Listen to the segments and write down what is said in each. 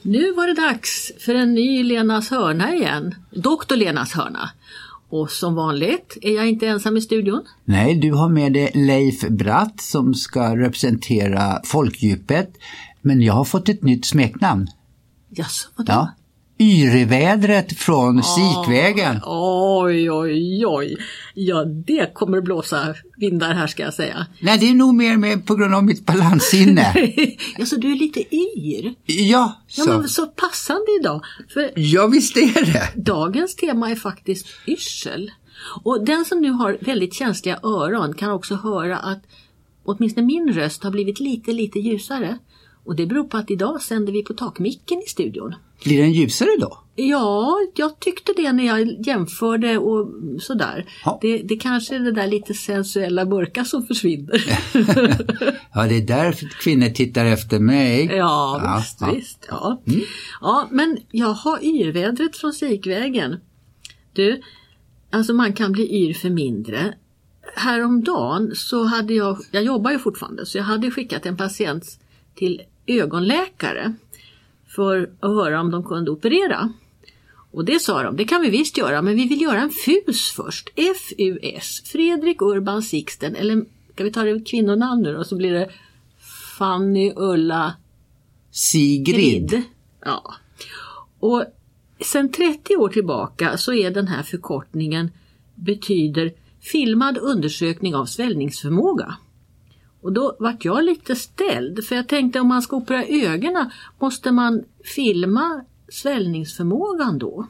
Nu var det dags för en ny Lenas hörna igen. Doktor Lenas hörna. Och som vanligt är jag inte ensam i studion. Nej, du har med dig Leif Bratt som ska representera folkdjupet. Men jag har fått ett nytt smeknamn. Jaså, vadå? Ja. Yrevädret från Sikvägen. Oj, oj, oj. Ja, det kommer att blåsa vindar här ska jag säga. Nej, det är nog mer med på grund av mitt balanssinne. Ja, så du är lite yr. Ja, så. Ja, men så passande idag. För ja, visst är det. dagens tema är faktiskt yrsel. Och den som nu har väldigt känsliga öron kan också höra att åtminstone min röst har blivit lite ljusare. Och det beror på att idag sänder vi på takmicken i studion. Blir den ljusare då? Ja, jag tyckte det när jag jämförde och sådär. Ja. Det kanske är det där lite sensuella mörka som försvinner. Ja, det är därför kvinnor tittar efter mig. Ja, visst. Ja. Mm. Ja, men jag har yrvädret från Sikvägen. Du, alltså man kan bli yr för mindre. Häromdagen så hade jag jobbar ju fortfarande, så jag hade skickat en patient till ögonläkare för att höra om de kunde operera. Och det sa de, det kan vi visst göra, men vi vill göra en FUS först. FUS, Fredrik Urban Sixten, eller ska vi ta det kvinnonamn nu då, så blir det Fanny Ulla Sigrid. Ja. Och sen 30 år tillbaka så är den här förkortningen betyder filmad undersökning av svällningsförmåga. Och då vart jag lite ställd, för jag tänkte om man ska operera ögonen måste man filma svällningsförmågan då.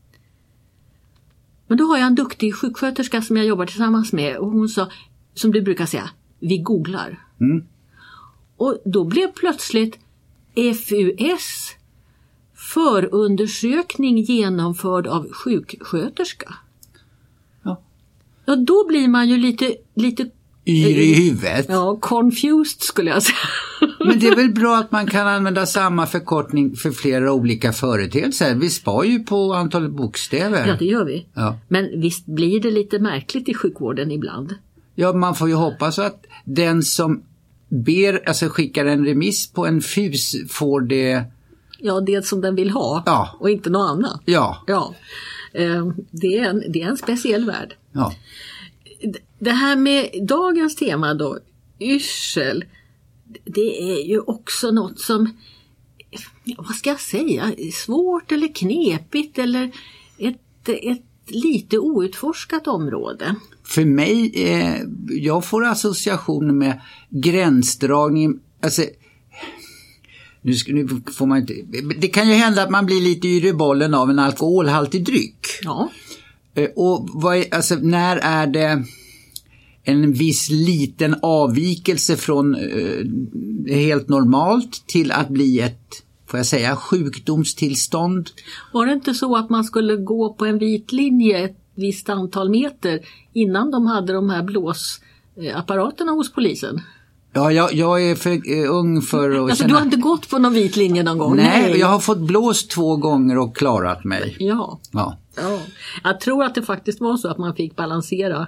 Men då har jag en duktig sjuksköterska som jag jobbar tillsammans med och hon sa, som du brukar säga, vi googlar. Mm. Och då blev plötsligt FUS, förundersökning genomförd av sjuksköterska. Ja, då blir man ju lite yr i huvudet. Ja, confused skulle jag säga. Men det är väl bra att man kan använda samma förkortning för flera olika företeelser. Vi spar ju på antalet bokstäver. Ja, det gör vi. Ja. Men visst blir det lite märkligt i sjukvården ibland. Ja, man får ju hoppas att den som skickar en remiss på en FUS får det... Ja, det som den vill ha. Ja. Och inte något annat. Ja. Ja. Det är en speciell värld. Ja. Det här med dagens tema då, yrsel, det är ju också något som, vad ska jag säga, svårt eller knepigt eller ett lite outforskat område. För mig, jag får associationer med gränsdragning, alltså nu får man inte, det kan ju hända att man blir lite yr i bollen av en alkoholhaltig dryck. Ja. Och när är det en viss liten avvikelse från helt normalt till att bli ett, får jag säga, sjukdomstillstånd? Var det inte så att man skulle gå på en vit linje ett visst antal meter innan de hade de här blåsapparaterna hos polisen? Ja, jag är för ung för att alltså, du har inte gått på någon vit linje någon gång? Nej, jag har fått blåst 2 gånger och klarat mig. Ja. Jag tror att det faktiskt var så att man fick balansera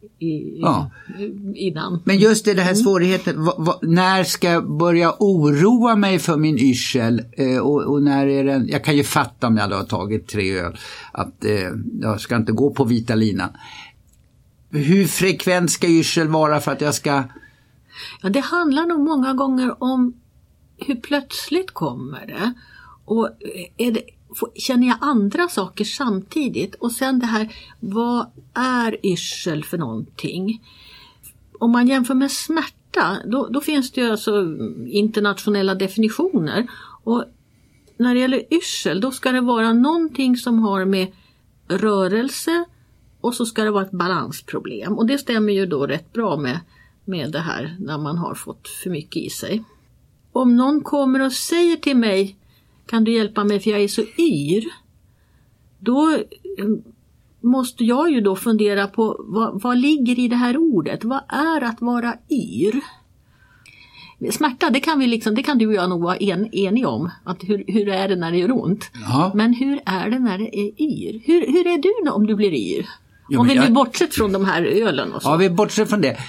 innan. Men just det här svårigheten, när ska jag börja oroa mig för min yrsel och när är den, jag kan ju fatta om jag har tagit 3 öl att jag ska inte gå på vita linan. Hur frekvent ska yrsel vara för att jag ska... Ja, det handlar nog många gånger om hur plötsligt kommer det och känner jag andra saker samtidigt, och sen det här, vad är yrsel för någonting? Om man jämför med smärta, då finns det ju alltså internationella definitioner, och när det gäller yrsel då ska det vara någonting som har med rörelse och så ska det vara ett balansproblem, och det stämmer ju då rätt bra med det här när man har fått för mycket i sig. Om någon kommer och säger till mig, kan du hjälpa mig för jag är så yr? Då måste jag ju då fundera på vad ligger i det här ordet? Vad är att vara yr? Smärta, det kan du och jag nog vara enig om. Att hur är det när det gör ont? Ja. Men hur är det när det är yr? Hur är du om du blir yr? Ja, om vi nu bortsett från de här ölen och så. Ja, vi bortsett från det.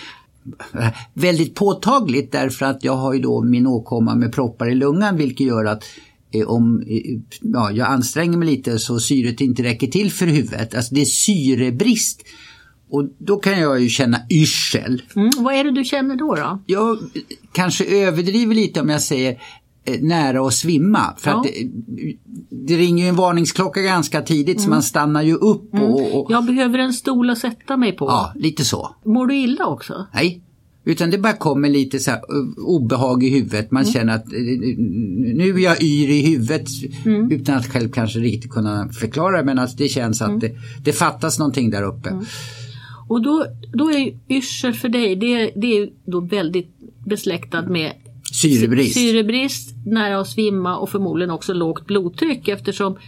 Väldigt påtagligt därför att jag har ju då min åkomma med proppar i lungan, vilket gör att om jag anstränger mig lite så syret inte räcker till för huvudet. Alltså det är syrebrist. Och då kan jag ju känna yrsel. Vad är det du känner då? Jag kanske överdriver lite om jag säger nära att svimma. För att det ringer ju en varningsklocka ganska tidigt så man stannar ju upp. Och Jag behöver en stol att sätta mig på. Ja, lite så. Mår du illa också? Nej. Utan det bara kommer lite så här obehag i huvudet. Man känner att nu är jag yr i huvudet utan att själv kanske riktigt kunna förklara. Men att det känns att det fattas någonting där uppe. Och då är yrsel för dig, det är då väldigt besläktad med syrebrist, nära att svimma och förmodligen också lågt blodtryck eftersom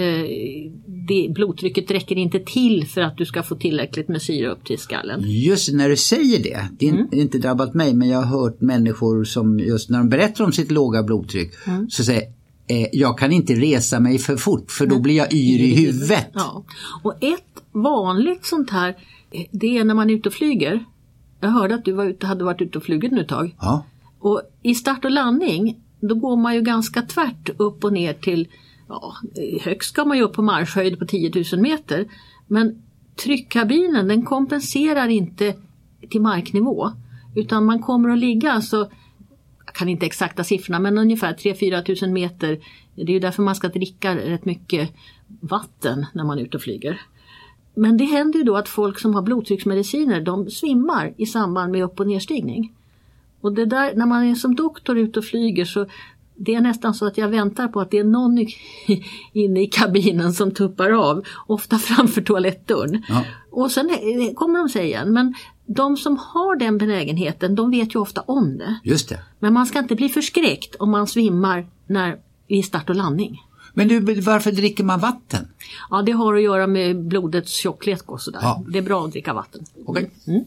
blodtrycket räcker inte till för att du ska få tillräckligt med syre upp till skallen. Just när du säger det är inte drabbat mig, men jag har hört människor som just när de berättar om sitt låga blodtryck så säger jag kan inte resa mig för fort för då blir jag yr i huvudet. Ja. Och ett vanligt sånt här, det är när man är ute och flyger. Jag hörde att du hade varit ute och flugit nu ett tag. Ja. Och i start och landning då går man ju ganska tvärt upp och ner till högst ska man ju upp på marschhöjd på 10 000 meter. Men tryckkabinen den kompenserar inte till marknivå. Utan man kommer att ligga jag kan inte exakta siffrorna men ungefär 3-4 000 meter. Det är ju därför man ska dricka rätt mycket vatten när man är ute och flyger. Men det händer ju då att folk som har blodtrycksmediciner de svimmar i samband med upp- och nedstigning. Och det där, när man är som doktor ute och flyger så det är nästan så att jag väntar på att det är någon inne i kabinen som tuppar av. Ofta framför toalettdörren. Ja. Och sen kommer de sig igen. Men de som har den benägenheten, de vet ju ofta om det. Just det. Men man ska inte bli förskräckt om man svimmar i start och landning. Men du, varför dricker man vatten? Ja, det har att göra med blodets tjocklek och sådär. Ja. Det är bra att dricka vatten. Okay.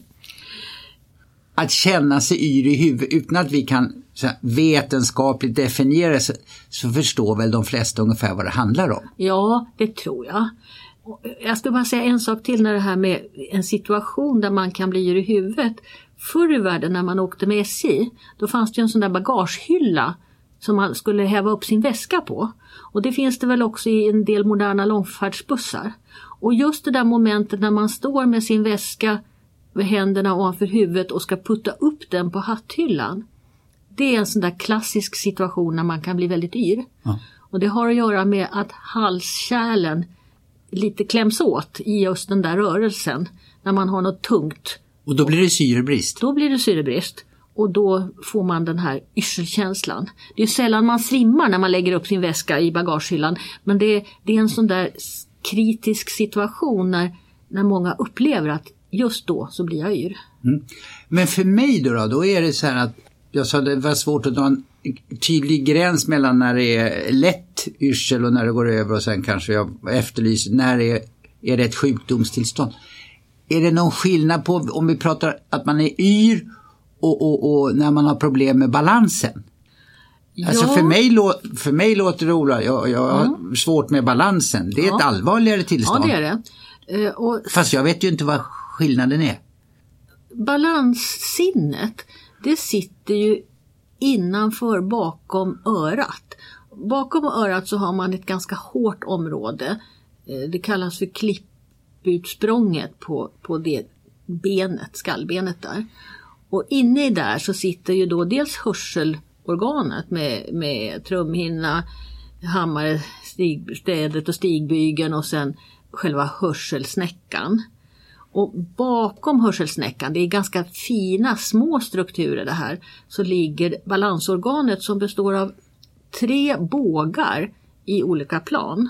Att känna sig yr i huvudet utan att vi kan vetenskapligt definiera så förstår väl de flesta ungefär vad det handlar om. Ja, det tror jag. Jag ska bara säga en sak till när det här med en situation där man kan bli yr i huvudet. Förr i världen när man åkte med SJ, då fanns det en sån där bagagehylla som man skulle häva upp sin väska på. Och det finns det väl också i en del moderna långfärdsbussar. Och just det där momentet när man står med sin väska med händerna ovanför huvudet och ska putta upp den på hatthyllan. Det är en sån där klassisk situation när man kan bli väldigt yr. Ja. Och det har att göra med att halskärlen lite kläms åt i just den där rörelsen. När man har något tungt. Och då blir det syrebrist? Då blir det syrebrist. Och då får man den här yrselkänslan. Det är sällan man svimmar när man lägger upp sin väska i bagagehyllan. Men det är en sån där kritisk situation när många upplever att just då så blir jag yr. Men för mig då är det så här att jag sa det var svårt att dra en tydlig gräns mellan när det är lätt yrsel och när det går över och sen kanske jag efterlyser när är det ett sjukdomstillstånd. Är det någon skillnad på om vi pratar att man är yr och när man har problem med balansen? Ja. Alltså för mig låter det oroligt. Jag har svårt med balansen. Det är ett allvarligare tillstånd. Ja, det är det. Fast jag vet ju inte vad skillnaden är. Balanssinnet, det sitter ju innanför bakom örat. Bakom örat så har man ett ganska hårt område. Det kallas för klipputsprånget på det benet, skallbenet där. Och inne i där så sitter ju då dels hörselorganet med trumhinna, hammare, städet och stigbygeln och sen själva hörselsnäckan. Och bakom hörselsnäckan, det är ganska fina små strukturer det här, så ligger balansorganet som består av 3 bågar i olika plan.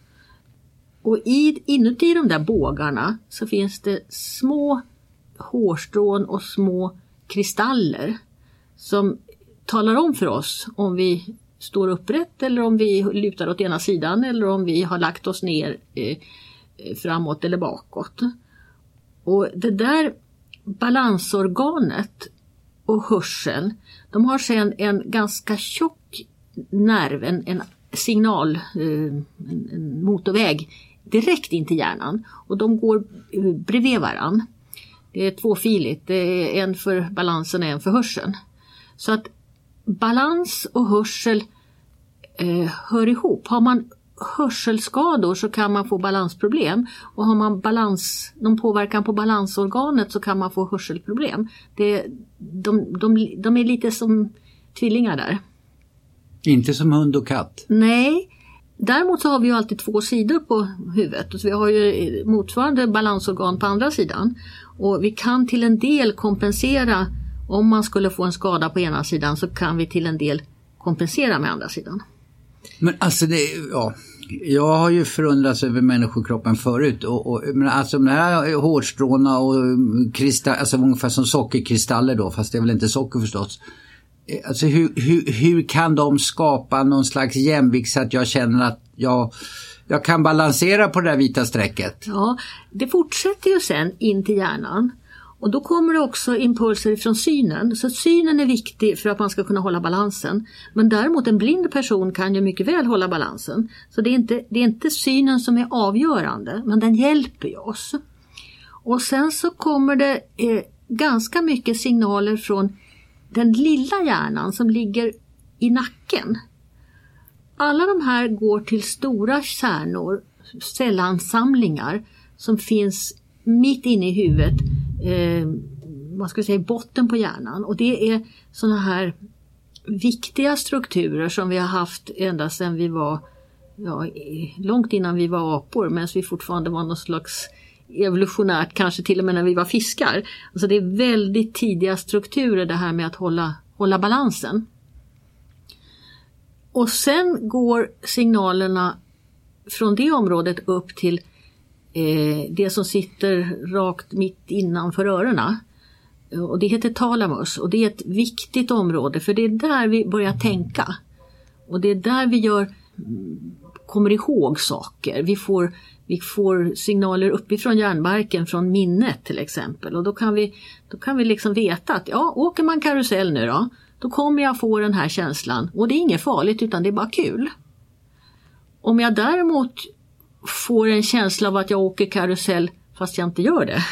Och inuti de där bågarna så finns det små hårstrån och små kristaller som talar om för oss om vi står upprätt eller om vi lutar åt ena sidan eller om vi har lagt oss ner framåt eller bakåt. Och det där balansorganet och hörseln, de har sedan en ganska tjock nerv, en signal, en motorväg direkt in till hjärnan. Och de går bredvid varann. Det är 2-filigt, det är en för balansen och en för hörseln. Så att balans och hörsel hör ihop. Har man hörselskador så kan man få balansproblem, och har man någon påverkan på balansorganet så kan man få hörselproblem. De är lite som tvillingar där. Inte som hund och katt? Nej, däremot så har vi ju alltid två sidor på huvudet, och så vi har ju motsvarande balansorgan på andra sidan, och vi kan till en del kompensera. Om man skulle få en skada på ena sidan så kan vi till en del kompensera med andra sidan. Men alltså jag har ju förundrats över människokroppen förut, men alltså de här hårstråna och alltså ungefär som sockerkristaller då, fast det är väl inte socker förstås. Alltså hur kan de skapa någon slags jämvikt så att jag känner att jag kan balansera på det där vita strecket? Ja, det fortsätter ju sen in till hjärnan. Och då kommer det också impulser från synen. Så synen är viktig för att man ska kunna hålla balansen. Men däremot en blind person kan ju mycket väl hålla balansen. Så det är inte synen som är avgörande, men den hjälper ju oss. Och sen så kommer det ganska mycket signaler från den lilla hjärnan som ligger i nacken. Alla de här går till stora kärnor, cellansamlingar som finns mitt inne i huvudet, vad ska jag säga, botten på hjärnan. Och det är såna här viktiga strukturer som vi har haft ända sedan vi var, långt innan vi var apor, men vi fortfarande var någon slags evolutionärt, kanske till och med när vi var fiskar. Alltså det är väldigt tidiga strukturer, det här med att hålla balansen. Och sen går signalerna från det området upp till det som sitter rakt mitt innanför öronen. Och det heter talamus, och det är ett viktigt område, för det är där vi börjar tänka. Och det är där vi kommer ihåg saker. Vi får signaler uppifrån hjärnbarken, från minnet till exempel. Och då kan vi liksom veta att åker man karusell nu då kommer jag få den här känslan. Och det är inget farligt, utan det är bara kul. Om jag däremot får en känsla av att jag åker karusell fast jag inte gör det.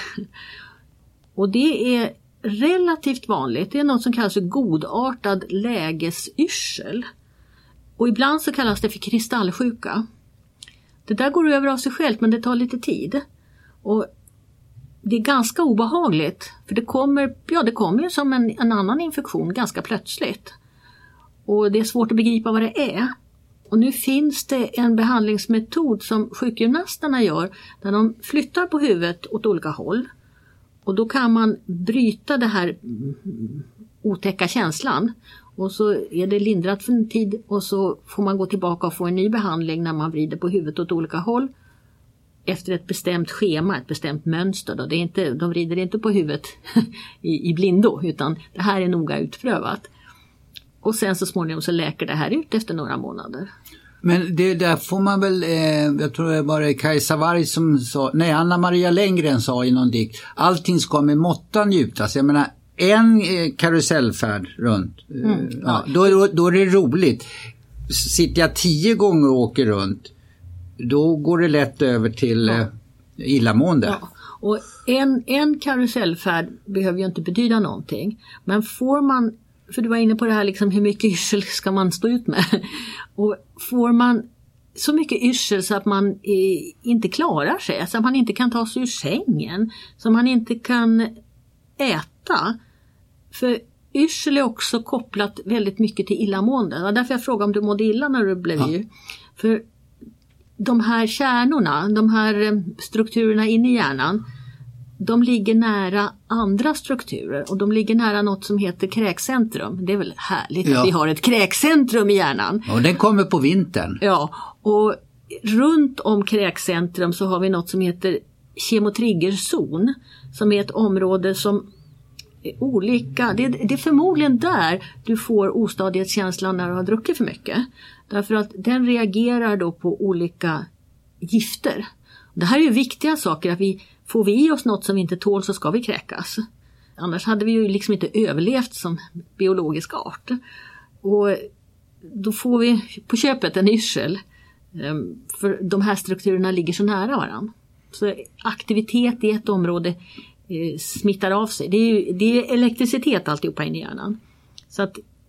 Och det är relativt vanligt. Det är något som kallas för godartad lägesyrsel. Och ibland så kallas det för kristallsjuka. Det där går över av sig självt, men det tar lite tid. Och det är ganska obehagligt. För det kommer som en annan infektion ganska plötsligt. Och det är svårt att begripa vad det är. Och nu finns det en behandlingsmetod som sjukgymnasterna gör, där de flyttar på huvudet åt olika håll. Och då kan man bryta det här otäcka känslan. Och så är det lindrat för en tid, och så får man gå tillbaka och få en ny behandling när man vrider på huvudet åt olika håll. Efter ett bestämt schema, ett bestämt mönster. Då. De vrider inte på huvudet i blindo, utan det här är noga utprövat. Och sen så småningom så läker det här ut efter några månader. Men det där får man väl, jag tror det var Kajsa Warg som sa, Anna Maria Lenngren sa i någon dikt, allting ska med måttan njutas. Jag menar, en karusellfärd runt, då är det roligt. Sitter jag 10 gånger och åker runt, då går det lätt över till illamående. Ja. Och en karusellfärd behöver ju inte betyda någonting. Men får man, för du var inne på det här liksom, hur mycket yrsel ska man stå ut med? Och får man så mycket yrsel så att man inte klarar sig, så att man inte kan ta sig ur sängen, så man inte kan äta. För yrsel är också kopplat väldigt mycket till illamående. Det var därför jag frågade om du mådde illa när du blev yr. För de här kärnorna, de här strukturerna inne i hjärnan, de ligger nära andra strukturer, och de ligger nära något som heter kräkcentrum. Det är väl härligt att vi har ett kräkcentrum i hjärnan. Och den kommer på vintern. Ja, och runt om kräkcentrum så har vi något som heter kemotriggerzon, som är ett område som är olika. Det är förmodligen där du får ostadighetskänslan när du har druckit för mycket. Därför att den reagerar då på olika gifter. Det här är ju viktiga saker, att får vi i oss något som vi inte tål så ska vi kräkas. Annars hade vi ju liksom inte överlevt som biologisk art. Och då får vi på köpet en yrsel. För de här strukturerna ligger så nära varandra. Så aktivitet i ett område smittar av sig. Det är elektricitet alltihopa in i hjärnan. Så att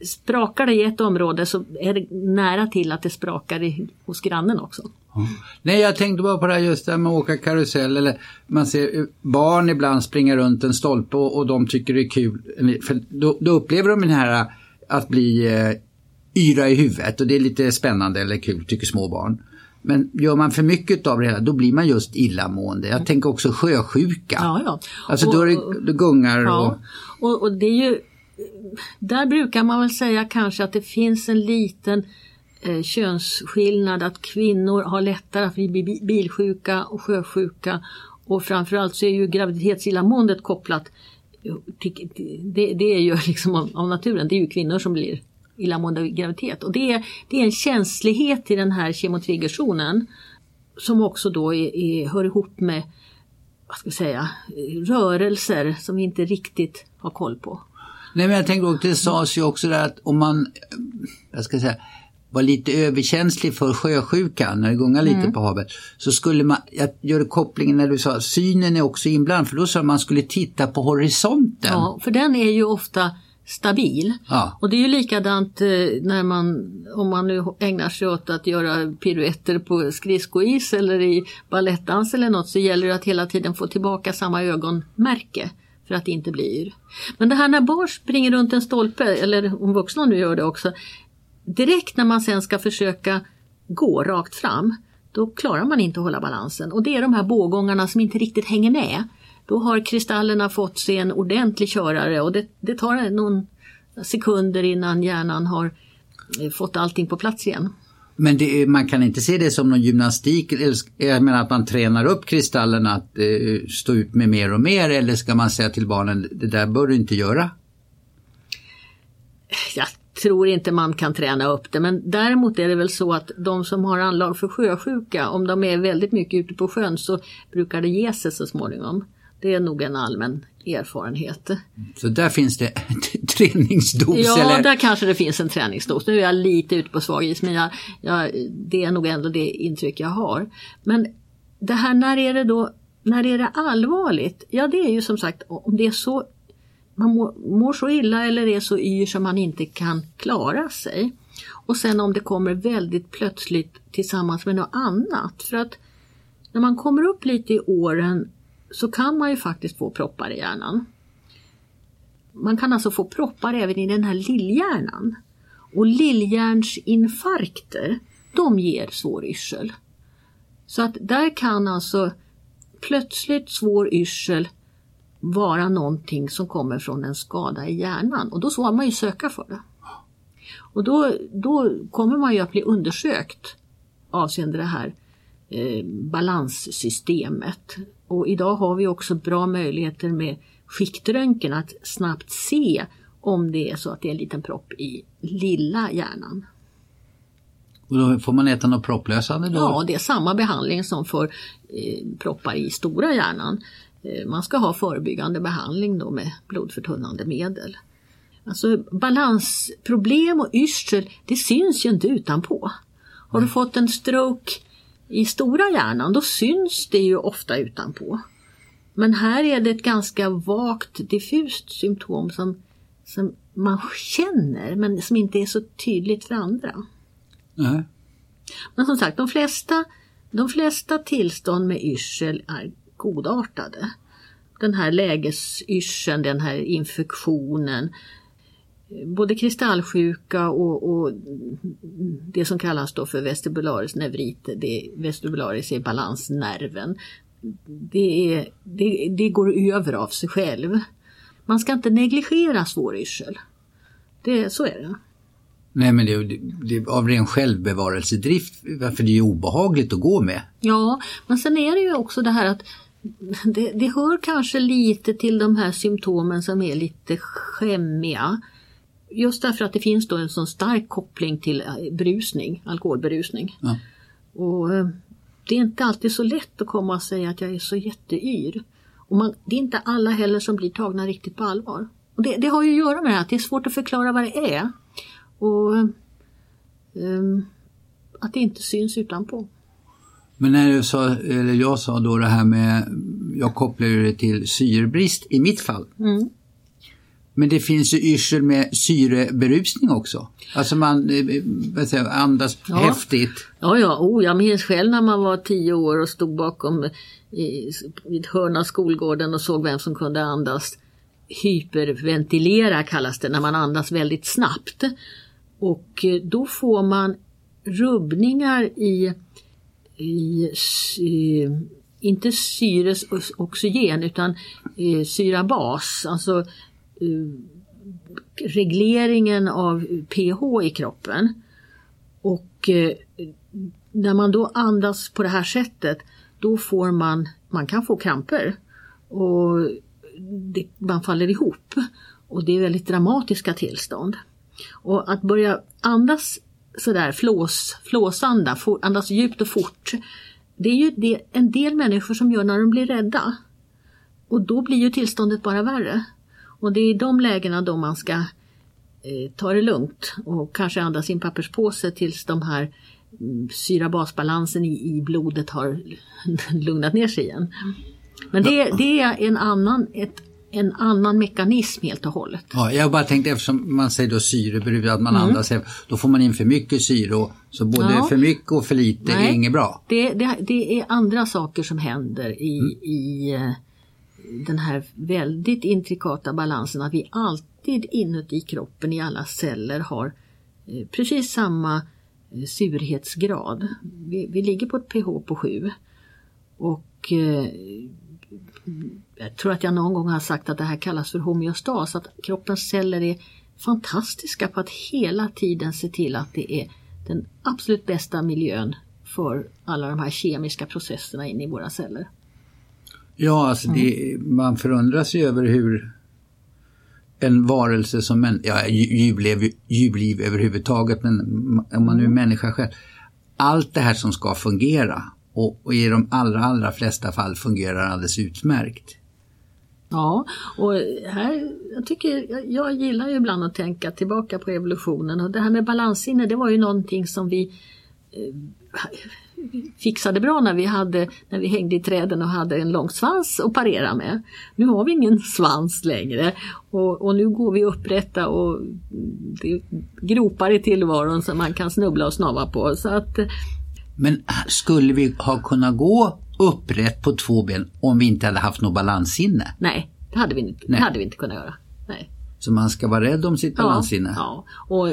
sprakar det i ett område så är det nära till att det sprakar hos grannen också. Nej, jag tänkte bara på det här just där med att åka karusell. Eller man ser barn ibland springa runt en stolpe och de tycker det är kul. För då upplever de den här att bli yra i huvudet. Och det är lite spännande eller kul, tycker små barn. Men gör man för mycket av det här, då blir man just illamående. Jag tänker också sjösjuka. Ja. Alltså då är det gungar. Ja. Och det är ju, där brukar man väl säga kanske att det finns en liten könsskillnad, att kvinnor har lättare att bli bilsjuka och sjösjuka, och framförallt så är ju graviditetsillamåendet kopplat, det är ju liksom av naturen, det är ju kvinnor som blir illamående av graviditet, och det är en känslighet i den här kemotriggerzonen som också då hör ihop med, vad ska jag säga, rörelser som vi inte riktigt har koll på. Nej, men jag tänker också, det sades ju också där att om man, jag ska säga, var lite överkänslig för sjösjukan när det gungar lite på havet, så skulle man, jag gör kopplingen när du sa synen är också inblandad, för då sa man skulle titta på horisonten. Ja, för den är ju ofta stabil. Ja. Och det är ju likadant när om man nu ägnar sig åt att göra piruetter på skridskois eller i ballettdans eller något, så gäller det att hela tiden få tillbaka samma ögonmärke för att det inte blir yr. Men det här när barn springer runt en stolpe, eller om vuxna nu gör det också, direkt när man sen ska försöka gå rakt fram, då klarar man inte att hålla balansen. Och det är de här bågångarna som inte riktigt hänger med. Då har kristallerna fått sig en ordentlig körare, och det tar någon sekunder innan hjärnan har fått allting på plats igen. Men man kan inte se det som någon gymnastik, jag menar att man tränar upp kristallerna att stå ut med mer och mer, eller ska man säga till barnen, det där bör du inte göra? Jag tror inte man kan träna upp det, men däremot är det väl så att de som har anlag för sjösjuka, om de är väldigt mycket ute på sjön, så brukar det ge sig så småningom. Det är nog en allmän erfarenhet. Så där finns det träningsdos? Ja, eller? Där kanske det finns en träningsdos. Nu är jag lite ute på svag is, men det är nog ändå det intryck jag har. Men det här, när är det allvarligt? Ja, det är ju som sagt, om det är så, man mår så illa eller är så yr som man inte kan klara sig. Och sen om det kommer väldigt plötsligt tillsammans med något annat. För att när man kommer upp lite i åren så kan man ju faktiskt få proppar i hjärnan. Man kan alltså få proppar även i den här lillhjärnan. Och lillhjärnsinfarkter, de ger svår yrsel. Så att där kan alltså plötsligt svår yrsel vara någonting som kommer från en skada i hjärnan. Och då så har man ju söka för det. Och då kommer man ju att bli undersökt avseende det här balanssystemet. Och idag har vi också bra möjligheter med skiktröntgen att snabbt se om det är så att det är en liten propp i lilla hjärnan. Och då får man äta något propplösande då? Ja, det är samma behandling som för proppar i stora hjärnan. Man ska ha förebyggande behandling då med blodförtunnande medel. Alltså balansproblem och yrsel, det syns ju inte utanpå. Har du fått en stroke i stora hjärnan, då syns det ju ofta utanpå. Men här är det ett ganska vagt, diffust symptom som man känner, men som inte är så tydligt för andra. Nej. Men som sagt, de flesta tillstånd med yrsel är godartade. Den här lägesyrseln, den här infektionen, både kristallsjuka och det som kallas då för vestibularis nevrit, vestibularis är balansnerven. Det går över av sig själv. Man ska inte negligera svår yrsel. Så är det. Nej, men det är av ren självbevarelsedrift, för det är obehagligt att gå med. Ja, men sen är det ju också det här att det hör kanske lite till de här symptomen som är lite skämmiga. Just därför att det finns då en sån stark koppling till brusning, alkoholberusning. Ja. Och det är inte alltid så lätt att komma och säga att jag är så jätteyr. Och det är inte alla heller som blir tagna riktigt på allvar. Och det har ju att göra med det här, att det är svårt att förklara vad det är. Och att det inte syns utanpå. Men när jag sa då det här med, jag kopplar det till syrebrist i mitt fall. Mm. Men det finns ju yrsel med syreberusning också. Alltså man andas häftigt. Ja, jag minns själv när man var 10 år och stod bakom vid hörna av skolgården och såg vem som kunde andas. Hyperventilera kallas det, när man andas väldigt snabbt. Och då får man rubbningar i inte syreoxygen utan syrabas, alltså regleringen av pH i kroppen. Och när man då andas på det här sättet, då får man kan få kramper och man faller ihop, och det är väldigt dramatiska tillstånd. Och att börja andas sådär flåsanda, andas djupt och fort, det är ju en del människor som gör när de blir rädda, och då blir ju tillståndet bara värre. Och det är i de lägena då man ska ta det lugnt och kanske andas in papperspåse tills de här syrabasbalansen i blodet har lugnat ner sig igen. Men det är en annan mekanism helt och hållet. Ja, jag bara tänkte, eftersom man säger då syreberusning, att man andas, då får man in för mycket syre, och så både för mycket och för lite är inget bra. Det är andra saker som händer i den här väldigt intrikata balansen, att vi alltid inuti kroppen i alla celler har precis samma surhetsgrad. Vi ligger på ett pH på 7, och jag tror att jag någon gång har sagt att det här kallas för homeostas, att kroppens celler är fantastiska på att hela tiden se till att det är den absolut bästa miljön för alla de här kemiska processerna in i våra celler. Ja, alltså man förundras ju över hur en varelse som djurliv överhuvudtaget, men om man nu är människa själv, allt det här som ska fungera, och i de allra flesta fall fungerar alldeles utmärkt. Ja, och här, jag gillar ju ibland att tänka tillbaka på evolutionen, och det här med balanssinne, det var ju någonting som vi fixade bra när vi hängde i träden och hade en lång svans att parera med. Nu har vi ingen svans längre, och nu går vi upprätta, och det är gropar i tillvaron som man kan snubbla och snava på. Så att, men skulle vi ha kunnat gå upprätt på 2 ben om vi inte hade haft något balanssinne? Nej, det hade vi inte. Det hade vi inte kunnat göra. Nej. Så man ska vara rädd om sitt balanssinne? Ja, och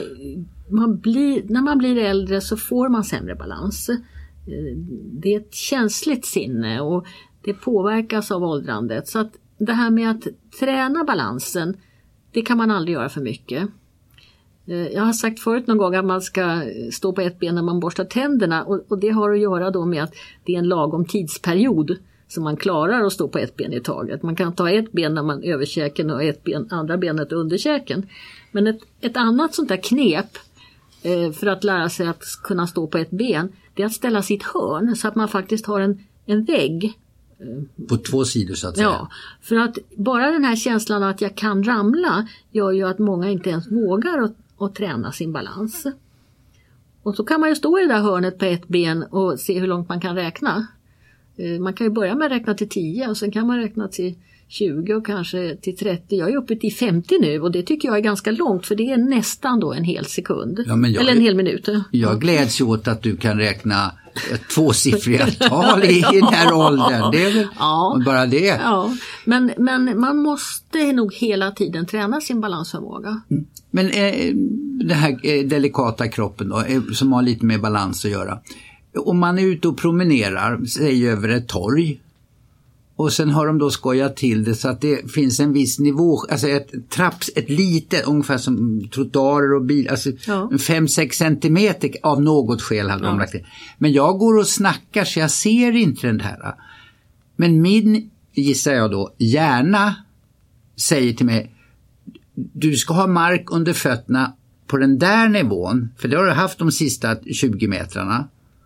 när man blir äldre så får man sämre balans. Det är ett känsligt sinne, och det påverkas av åldrandet. Så att det här med att träna balansen, det kan man aldrig göra för mycket. Jag har sagt förut någon gång att man ska stå på ett ben när man borstar tänderna, och det har att göra då med att det är en lagom tidsperiod som man klarar att stå på ett ben i taget. Man kan ta ett ben när man över käken och andra benet under käken. Men ett annat sånt där knep för att lära sig att kunna stå på ett ben, det är att ställa sitt hörn så att man faktiskt har en vägg. På 2 sidor så att säga. Ja, för att bara den här känslan att jag kan ramla gör ju att många inte ens vågar att träna sin balans. Och så kan man ju stå i det där hörnet på ett ben och se hur långt man kan räkna. Man kan ju börja med att räkna till 10, och sen kan man räkna till 20 och kanske till 30. Jag är uppe till 50 nu, och det tycker jag är ganska långt, för det är nästan då en hel sekund. Ja, eller en hel minut. Jag gläds åt att du kan räkna 2-siffriga tal i den här åldern. Det är väl bara det. Ja, men man måste nog hela tiden träna sin balansförmåga. Men det här delikata kroppen då, som har lite med balans att göra. Om man är ute och promenerar, säg över ett torg, och sen har de då skojat till det så att det finns en viss nivå, alltså ett litet, ungefär som trottoarer och bil, alltså 5-6 centimeter av något skäl hade de lagt det. Men jag går och snackar så jag ser inte den här. Men gissar jag då, hjärna säger till mig, du ska ha mark under fötterna på den där nivån, för det har du haft de sista 20 metrarna.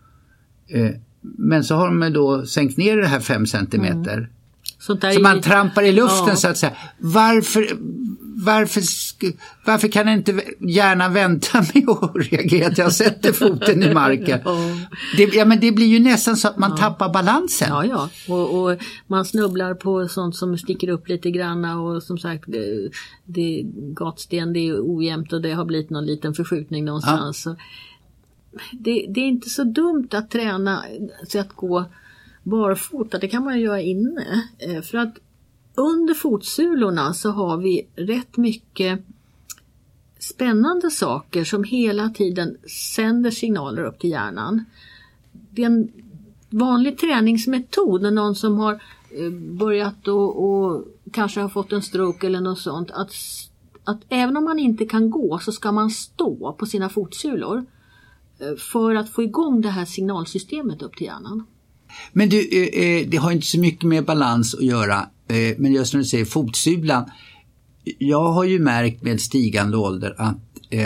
Men så har de då sänkt ner det här 5 centimeter. Så man trampar i luften så att säga. varför kan jag inte gärna vänta med att reagera till jag sätter foten i marken? Men det blir ju nästan så att man tappar balansen. Ja. Och man snubblar på sånt som sticker upp lite granna och som sagt gatsten, det är ojämnt och det har blivit någon liten förskjutning någonstans. Ja. Det är inte så dumt att träna så att gå barfota, det kan man ju göra inne. För att under fotsulorna så har vi rätt mycket spännande saker som hela tiden sänder signaler upp till hjärnan. Det är en vanlig träningsmetod när någon som har börjat och kanske har fått en stroke eller något sånt, att även om man inte kan gå så ska man stå på sina fotsulor för att få igång det här signalsystemet upp till hjärnan. Men det har inte så mycket med balans att göra, men just när du säger fotsulan, jag har ju märkt med stigande ålder att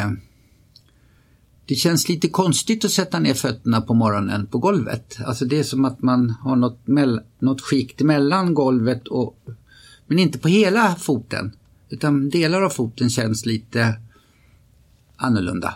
det känns lite konstigt att sätta ner fötterna på morgonen på golvet. Alltså det är som att man har något skikt mellan golvet men inte på hela foten, utan delar av foten känns lite annorlunda.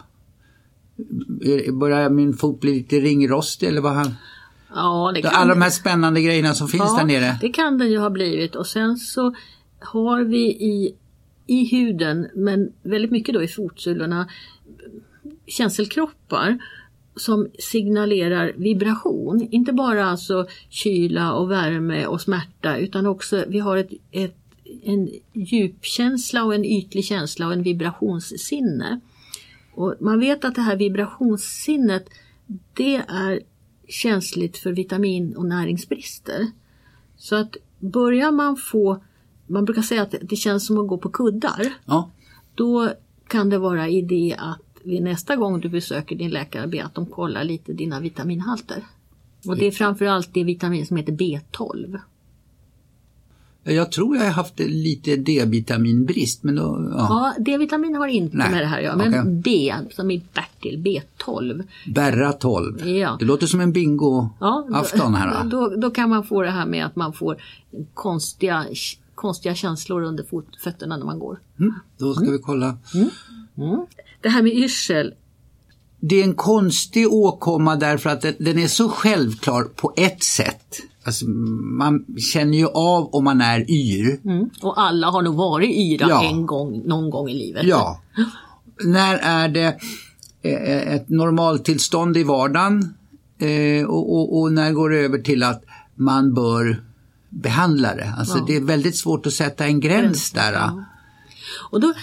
Börjar min fot bli lite ringrostig eller vad han... Ja, det kan alla de här spännande grejerna som finns där nere. Det kan det ju ha blivit. Och sen så har vi i huden, men väldigt mycket då i fotsulorna, känselkroppar som signalerar vibration. Inte bara alltså kyla och värme och smärta, utan också vi har en djupkänsla och en ytlig känsla och en vibrationssinne. Och man vet att det här vibrationssinnet, det är känsligt för vitamin- och näringsbrister. Så att börjar man brukar säga att det känns som att gå på kuddar. Ja. Då kan det vara idé att vid nästa gång du besöker din läkare be att de kollar lite dina vitaminhalter. Och det är framförallt det vitamin som heter B12. Jag tror jag har haft lite D-vitaminbrist. Men då, ja, D-vitamin har inte med det här att göra. Men okay. B, som i Bertil, B12. Berra 12. Ja. Det låter som en bingo-afton här. Då kan man få det här med att man får konstiga känslor under fötterna när man går. Då ska vi kolla. Det här med yrsel. Det är en konstig åkomma därför att den är så självklar på ett sätt. Alltså, man känner ju av om man är yr. Och alla har nog varit yra någon gång i livet. Ja. När är det ett normaltillstånd i vardagen och när går det över till att man bör behandla det? Alltså det är väldigt svårt att sätta en gräns där. Ja. Och då,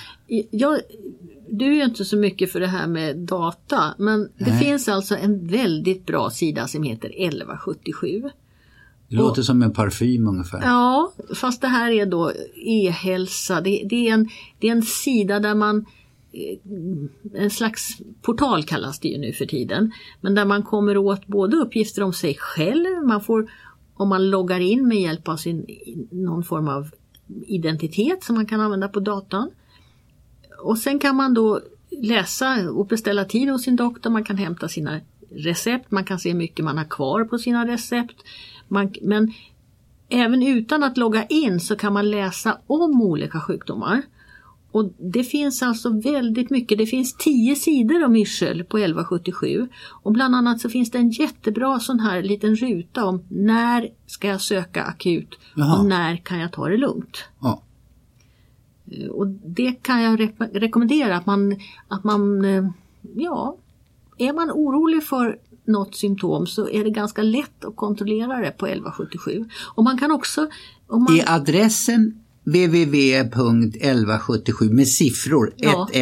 du är ju inte så mycket för det här med data, men det finns alltså en väldigt bra sida som heter 1177. Det låter som en parfym ungefär. Ja, fast det här är då e-hälsa. Det är en sida där man, en slags portal kallas det ju nu för tiden, men där man kommer åt både uppgifter om sig själv, man får, om man loggar in med hjälp av någon form av identitet som man kan använda på datan. Och sen kan man då läsa och beställa tid hos sin doktor, man kan hämta sina recept, man kan se hur mycket man har kvar på sina recept. Men även utan att logga in så kan man läsa om olika sjukdomar. Och det finns alltså väldigt mycket. Det finns 10 sidor om yrsel på 1177. Och bland annat så finns det en jättebra sån här liten ruta om när ska jag söka akut och när kan jag ta det lugnt. Ja. Och det kan jag rekommendera att man är man orolig för något symptom så är det ganska lätt att kontrollera det på 1177. Och man kan också... I adressen www.1177 med siffror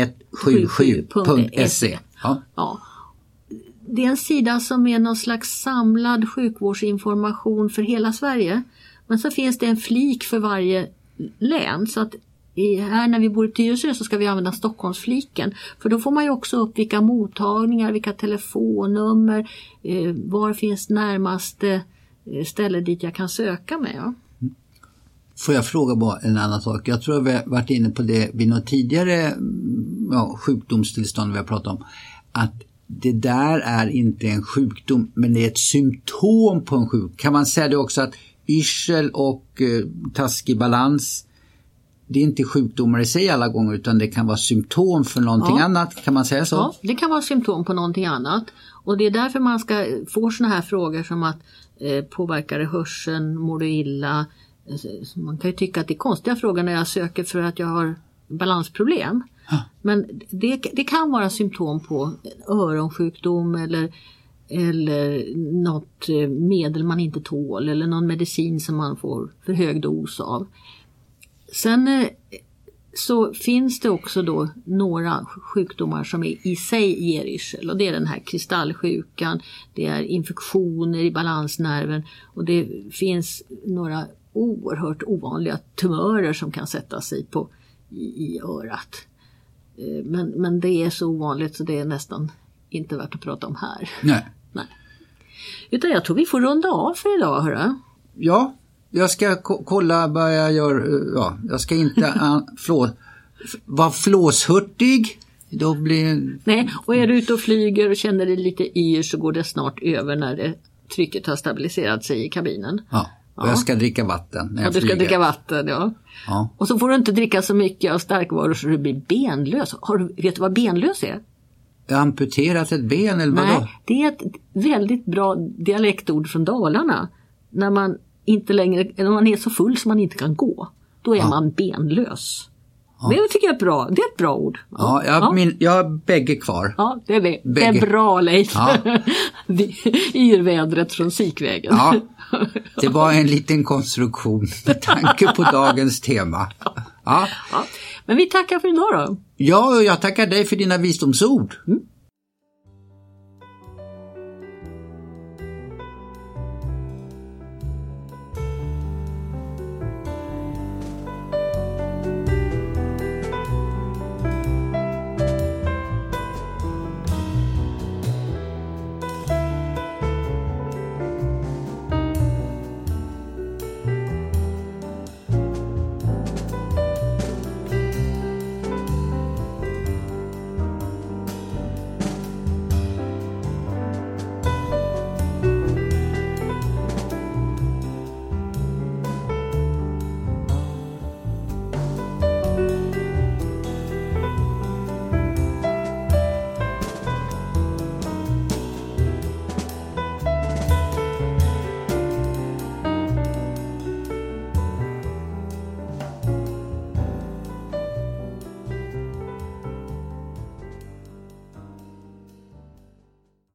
1177.se. Ja. Det är en sida som är någon slags samlad sjukvårdsinformation för hela Sverige. Men så finns det en flik för varje län, så att här när vi bor i Tyresö så ska vi använda Stockholmsfliken. För då får man ju också upp vilka mottagningar, vilka telefonnummer, var finns närmaste ställe dit jag kan söka med. Ja. Får jag fråga bara en annan sak? Jag tror vi har varit inne på det vid något tidigare sjukdomstillstånd vi har pratat om. Att det där är inte en sjukdom, men det är ett symptom på en sjukdom. Kan man säga det också att yrsel och taskig balans, det är inte sjukdomar i sig alla gånger, utan det kan vara symptom för någonting annat, kan man säga så? Ja, det kan vara symptom på någonting annat. Och det är därför man ska få såna här frågor som att påverkar det hörseln, mår du illa? Man kan ju tycka att det är konstiga frågor när jag söker för att jag har balansproblem. Men det kan vara symptom på öronsjukdom eller något medel man inte tål eller någon medicin som man får för hög dos av. Sen så finns det också då några sjukdomar som i sig ger yrsel, och det är den här kristallsjukan, det är infektioner i balansnerven och det finns några oerhört ovanliga tumörer som kan sätta sig i örat. Men det är så ovanligt så det är nästan inte värt att prata om här. Nej. Utan jag tror vi får runda av för idag, hörru. Ja, jag ska kolla vad jag gör. Ja, jag ska inte vara flåshurtig. Då blir... Nej, och är du ute och flyger och känner dig lite yr så går det snart över när trycket har stabiliserat sig i kabinen. Ja, och jag ska dricka vatten när jag flyger. Du ska dricka vatten, ja. Och så får du inte dricka så mycket av starkvaror så du blir benlös. Vet du vad benlös är? Jag har amputerat ett ben eller vadå? Nej, det är ett väldigt bra dialektord från Dalarna. När man inte längre, eller man är så full som man inte kan gå. Då är man benlös. Det tycker jag är bra. Det är ett bra ord. Jag har bägge kvar. Ja, det är det. Det är bra, Leif. Ja. Yrvädret från Sikvägen. Ja, det var en liten konstruktion med tanke på dagens tema. Ja. Men vi tackar för idag då. Ja, och jag tackar dig för dina visdomsord.